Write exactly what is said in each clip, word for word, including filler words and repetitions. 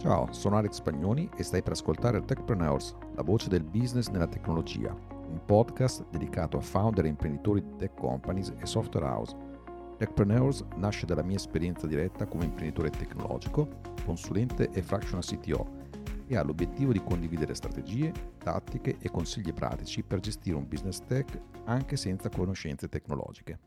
Ciao, sono Alex Spagnoni e stai per ascoltare Techpreneurs, la voce del business nella tecnologia, un podcast dedicato a founder e imprenditori di tech companies e software house. Techpreneurs nasce dalla mia esperienza diretta come imprenditore tecnologico, consulente e fractional C T O e ha l'obiettivo di condividere strategie, tattiche e consigli pratici per gestire un business tech anche senza conoscenze tecnologiche.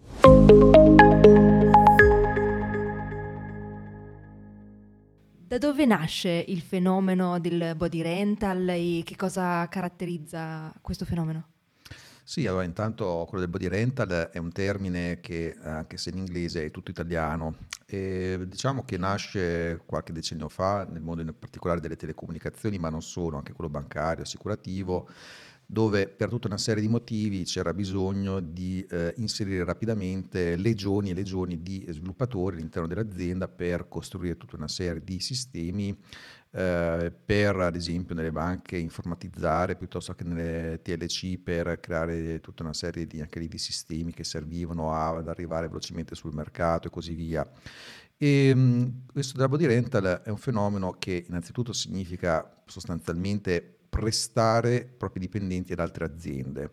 Da dove nasce il fenomeno del body rental e che cosa caratterizza questo fenomeno? Sì, allora intanto quello del body rental è un termine che, anche se in inglese, è tutto italiano. E diciamo che nasce qualche decennio fa nel mondo in particolare delle telecomunicazioni, ma non solo, anche quello bancario, assicurativo, dove per tutta una serie di motivi c'era bisogno di eh, inserire rapidamente legioni e legioni di sviluppatori all'interno dell'azienda per costruire tutta una serie di sistemi eh, per, ad esempio, nelle banche informatizzare, piuttosto che nelle T L C per creare tutta una serie di, anche lì, di sistemi che servivano a- ad arrivare velocemente sul mercato e così via. E mh, questo della body rental è un fenomeno che innanzitutto significa sostanzialmente prestare propri dipendenti ad altre aziende.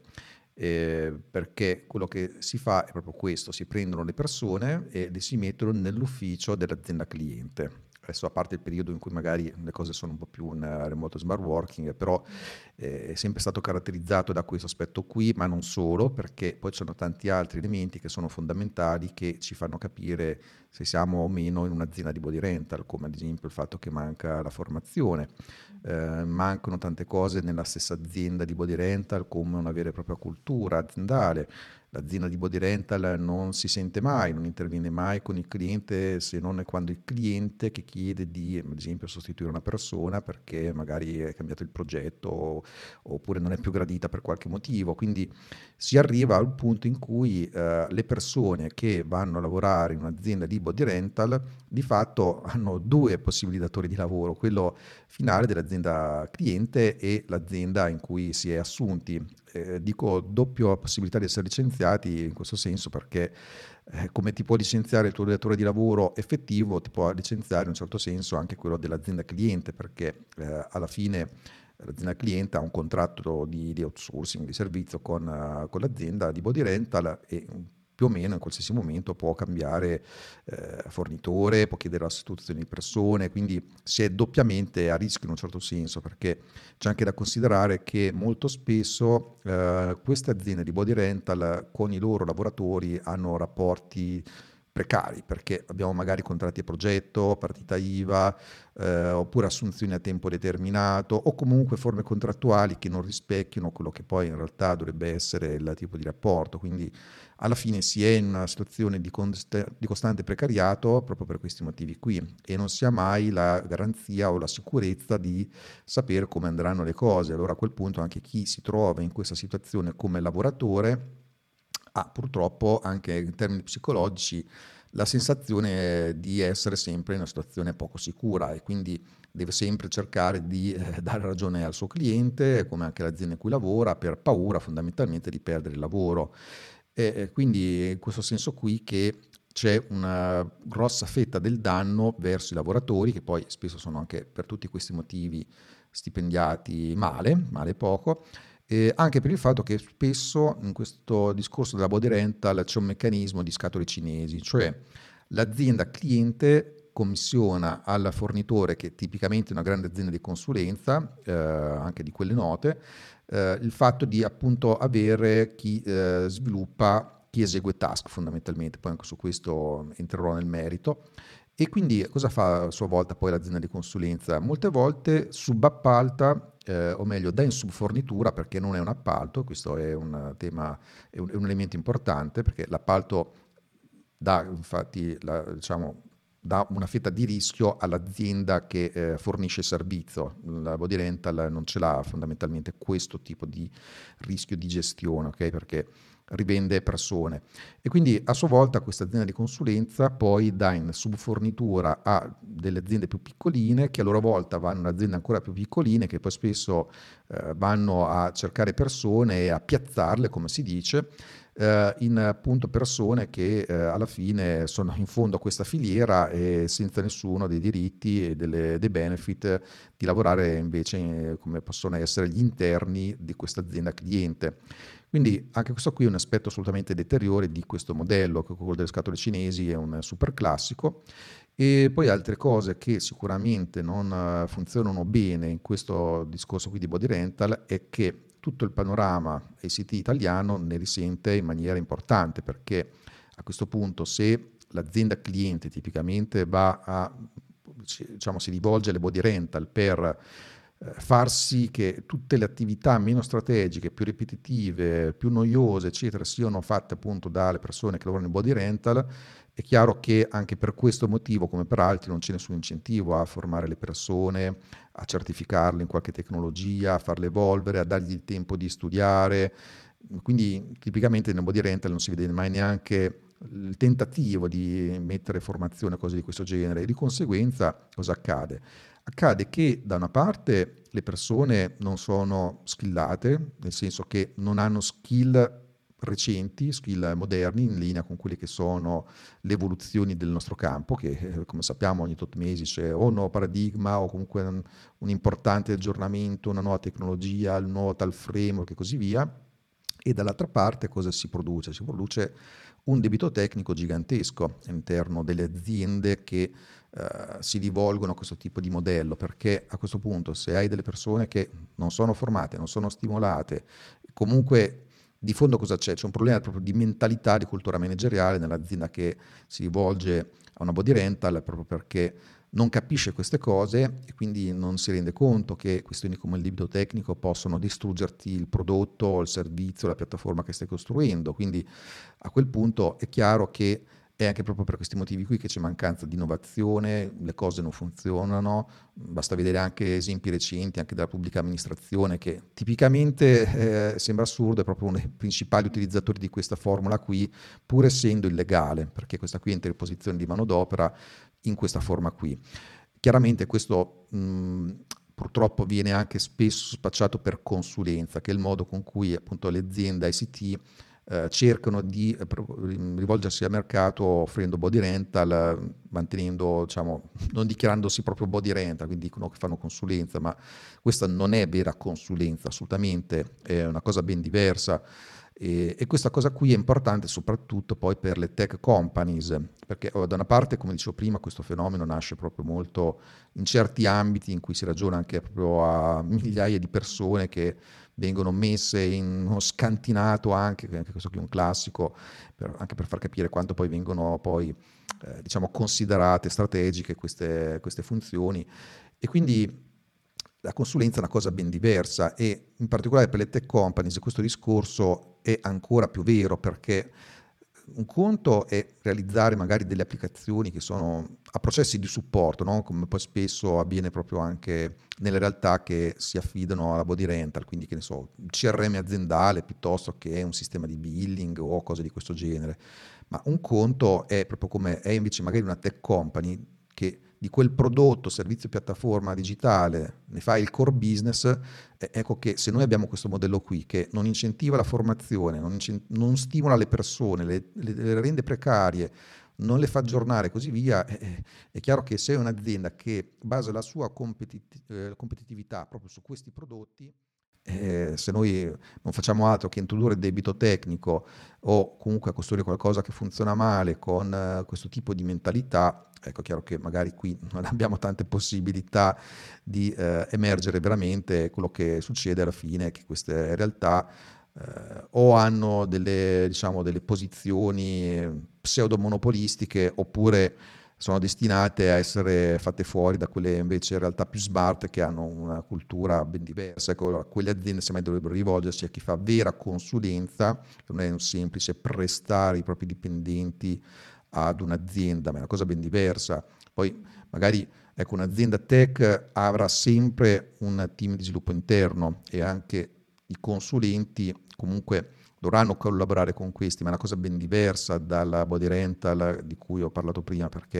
Eh, perché quello che si fa è proprio questo: si prendono le persone e le si mettono nell'ufficio dell'azienda cliente. Adesso, a parte il periodo in cui magari le cose sono un po' più in eh, remoto smart working, però eh, è sempre stato caratterizzato da questo aspetto qui, ma non solo, perché poi ci sono tanti altri elementi che sono fondamentali, che ci fanno capire se siamo o meno in un'azienda di body rental, come ad esempio il fatto che manca la formazione, eh, mancano tante cose nella stessa azienda di body rental, come una vera e propria cultura aziendale. L'azienda di body rental non si sente mai, non interviene mai con il cliente, se non è quando il cliente che chiede di, ad esempio, sostituire una persona perché magari è cambiato il progetto o- oppure non è più gradita per qualche motivo. Quindi si arriva al punto in cui eh, le persone che vanno a lavorare in un'azienda di body rental di fatto hanno due possibili datori di lavoro: quello finale dell'azienda cliente e l'azienda in cui si è assunti. Eh, dico doppia possibilità di essere licenziati in questo senso perché eh, come ti può licenziare il tuo datore di lavoro effettivo, ti può licenziare in un certo senso anche quello dell'azienda cliente, perché eh, alla fine l'azienda cliente ha un contratto di, di outsourcing, di servizio con, uh, con l'azienda di body rental e più o meno in qualsiasi momento può cambiare eh, fornitore, può chiedere la sostituzione di persone, quindi si è doppiamente a rischio in un certo senso, perché c'è anche da considerare che molto spesso eh, queste aziende di body rental con i loro lavoratori hanno rapporti precari, perché abbiamo magari contratti a progetto, partita I V A, eh, oppure assunzioni a tempo determinato, o comunque forme contrattuali che non rispecchiano quello che poi in realtà dovrebbe essere il tipo di rapporto. Quindi alla fine si è in una situazione di, const- di costante precariato proprio per questi motivi qui, e non si ha mai la garanzia o la sicurezza di sapere come andranno le cose. Allora, a quel punto anche chi si trova in questa situazione come lavoratore ha purtroppo, anche in termini psicologici, la sensazione di essere sempre in una situazione poco sicura, e quindi deve sempre cercare di eh, dare ragione al suo cliente, come anche all'azienda in cui lavora, per paura fondamentalmente di perdere il lavoro. E e quindi è in questo senso qui che c'è una grossa fetta del danno verso i lavoratori, che poi spesso sono anche per tutti questi motivi stipendiati male, male poco, eh, anche per il fatto che spesso in questo discorso della body rental c'è un meccanismo di scatole cinesi, cioè l'azienda cliente commissiona al fornitore, che tipicamente è una grande azienda di consulenza, eh, anche di quelle note, eh, il fatto di appunto avere chi eh, sviluppa, chi esegue task fondamentalmente. Poi anche su questo entrerò nel merito. E quindi cosa fa a sua volta poi l'azienda di consulenza? Molte volte subappalta, eh, o meglio dà in subfornitura, perché non è un appalto. Questo è un tema, è un, è un elemento importante, perché l'appalto dà infatti la, diciamo, dà una fetta di rischio all'azienda che eh, fornisce il servizio. La body rental non ce l'ha fondamentalmente questo tipo di rischio di gestione, ok? Perché rivende persone. E quindi a sua volta questa azienda di consulenza poi dà in subfornitura a delle aziende più piccoline, che a loro volta vanno in aziende ancora più piccoline, che poi spesso eh, vanno a cercare persone e a piazzarle, come si dice, eh, in appunto persone che eh, alla fine sono in fondo a questa filiera e senza nessuno dei diritti e delle- dei benefit di lavorare invece eh, come possono essere gli interni di questa azienda cliente. Quindi anche questo qui è un aspetto assolutamente deteriore di questo modello, che quello delle scatole cinesi è un super classico. E poi altre cose che sicuramente non eh, funzionano bene in questo discorso qui di body rental è che tutto il panorama I C T italiano ne risente in maniera importante, perché a questo punto se l'azienda cliente tipicamente va a, diciamo, si rivolge alle body rental per eh, far sì che tutte le attività meno strategiche, più ripetitive, più noiose, eccetera, siano fatte appunto dalle persone che lavorano in body rental, è chiaro che anche per questo motivo, come per altri, non c'è nessun incentivo a formare le persone, a certificarle in qualche tecnologia, a farle evolvere, a dargli il tempo di studiare. Quindi tipicamente nel body rental non si vede mai neanche il tentativo di mettere formazione, cose di questo genere, e di conseguenza cosa accade? Accade che da una parte le persone non sono skillate, nel senso che non hanno skill recenti, skill moderni, in linea con quelle che sono le evoluzioni del nostro campo, che eh, come sappiamo ogni tot mesi c'è o un nuovo paradigma o comunque un, un importante aggiornamento, una nuova tecnologia, il nuovo tal framework e così via. E dall'altra parte cosa si produce? Si produce un debito tecnico gigantesco all'interno delle aziende che eh, si rivolgono a questo tipo di modello, perché a questo punto se hai delle persone che non sono formate, non sono stimolate, comunque di fondo cosa c'è? C'è un problema proprio di mentalità, di cultura manageriale nell'azienda che si rivolge a una body rental, proprio perché non capisce queste cose e quindi non si rende conto che questioni come il debito tecnico possono distruggerti il prodotto, il servizio, la piattaforma che stai costruendo. Quindi a quel punto è chiaro che è anche proprio per questi motivi qui che c'è mancanza di innovazione, le cose non funzionano, basta vedere anche esempi recenti anche della pubblica amministrazione che tipicamente eh, sembra assurdo, è proprio uno dei principali utilizzatori di questa formula qui, pur essendo illegale, perché questa qui è interposizione di manodopera in questa forma qui. Chiaramente questo mh, purtroppo viene anche spesso spacciato per consulenza, che è il modo con cui appunto le aziende I C T eh, cercano di eh, rivolgersi al mercato offrendo body rental, eh, mantenendo, diciamo, non dichiarandosi proprio body rental, quindi dicono che fanno consulenza, ma questa non è vera consulenza, assolutamente, è una cosa ben diversa. E, e questa cosa qui è importante soprattutto poi per le tech companies, perché oh, da una parte, come dicevo prima, questo fenomeno nasce proprio molto in certi ambiti in cui si ragiona anche proprio a migliaia di persone che vengono messe in uno scantinato anche, anche questo qui è un classico, per, anche per far capire quanto poi vengono poi eh, diciamo considerate strategiche queste, queste funzioni. E quindi la consulenza è una cosa ben diversa e in particolare per le tech companies questo discorso è ancora più vero, perché un conto è realizzare magari delle applicazioni che sono a processi di supporto, no? Come poi spesso avviene proprio anche nelle realtà che si affidano alla body rental, quindi che ne so, un C R M aziendale piuttosto che un sistema di billing o cose di questo genere. Ma un conto è proprio come è invece magari una tech company che di quel prodotto, servizio, piattaforma digitale ne fa il core business. Eh, ecco che se noi abbiamo questo modello qui che non incentiva la formazione, non, incent- non stimola le persone, le, le- le rende precarie, non le fa aggiornare e così via, eh, eh, è chiaro che se è un'azienda che basa la sua competi- eh, competitività proprio su questi prodotti, eh, se noi non facciamo altro che introdurre debito tecnico o comunque costruire qualcosa che funziona male con eh, questo tipo di mentalità, ecco, chiaro che magari qui non abbiamo tante possibilità di eh, emergere veramente. Quello che succede alla fine è che queste realtà eh, o hanno delle, diciamo, delle posizioni pseudo-monopolistiche oppure sono destinate a essere fatte fuori da quelle invece in realtà più smart che hanno una cultura ben diversa. Ecco, allora, quelle aziende semmai dovrebbero rivolgersi a chi fa vera consulenza, che non è un semplice prestare i propri dipendenti ad un'azienda, ma è una cosa ben diversa. Poi magari ecco, un'azienda tech avrà sempre un team di sviluppo interno e anche i consulenti comunque dovranno collaborare con questi, ma è una cosa ben diversa dalla body rental di cui ho parlato prima, perché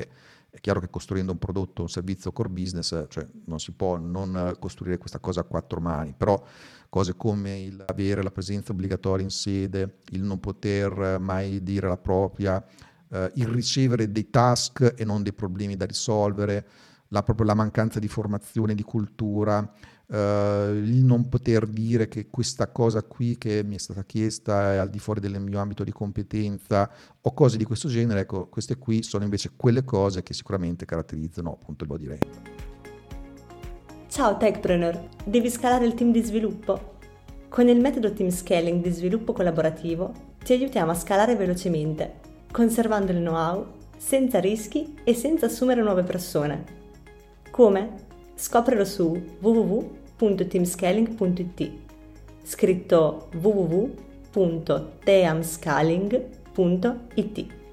È chiaro che costruendo un prodotto, un servizio core business, cioè non si può non costruire questa cosa a quattro mani, però cose come il avere la presenza obbligatoria in sede, il non poter mai dire la propria, eh, il ricevere dei task e non dei problemi da risolvere, la, proprio la mancanza di formazione, di cultura, eh, il non poter dire che questa cosa qui che mi è stata chiesta è al di fuori del mio ambito di competenza o cose di questo genere, ecco, queste qui sono invece quelle cose che sicuramente caratterizzano appunto il body rental. Ciao Techpreneur, devi scalare il team di sviluppo? Con il metodo Team Scaling di sviluppo collaborativo ti aiutiamo a scalare velocemente, conservando il know-how, senza rischi e senza assumere nuove persone. Come? Scoprilo su w w w punto teamscaling punto i t, scritto w w w punto teamscaling punto i t.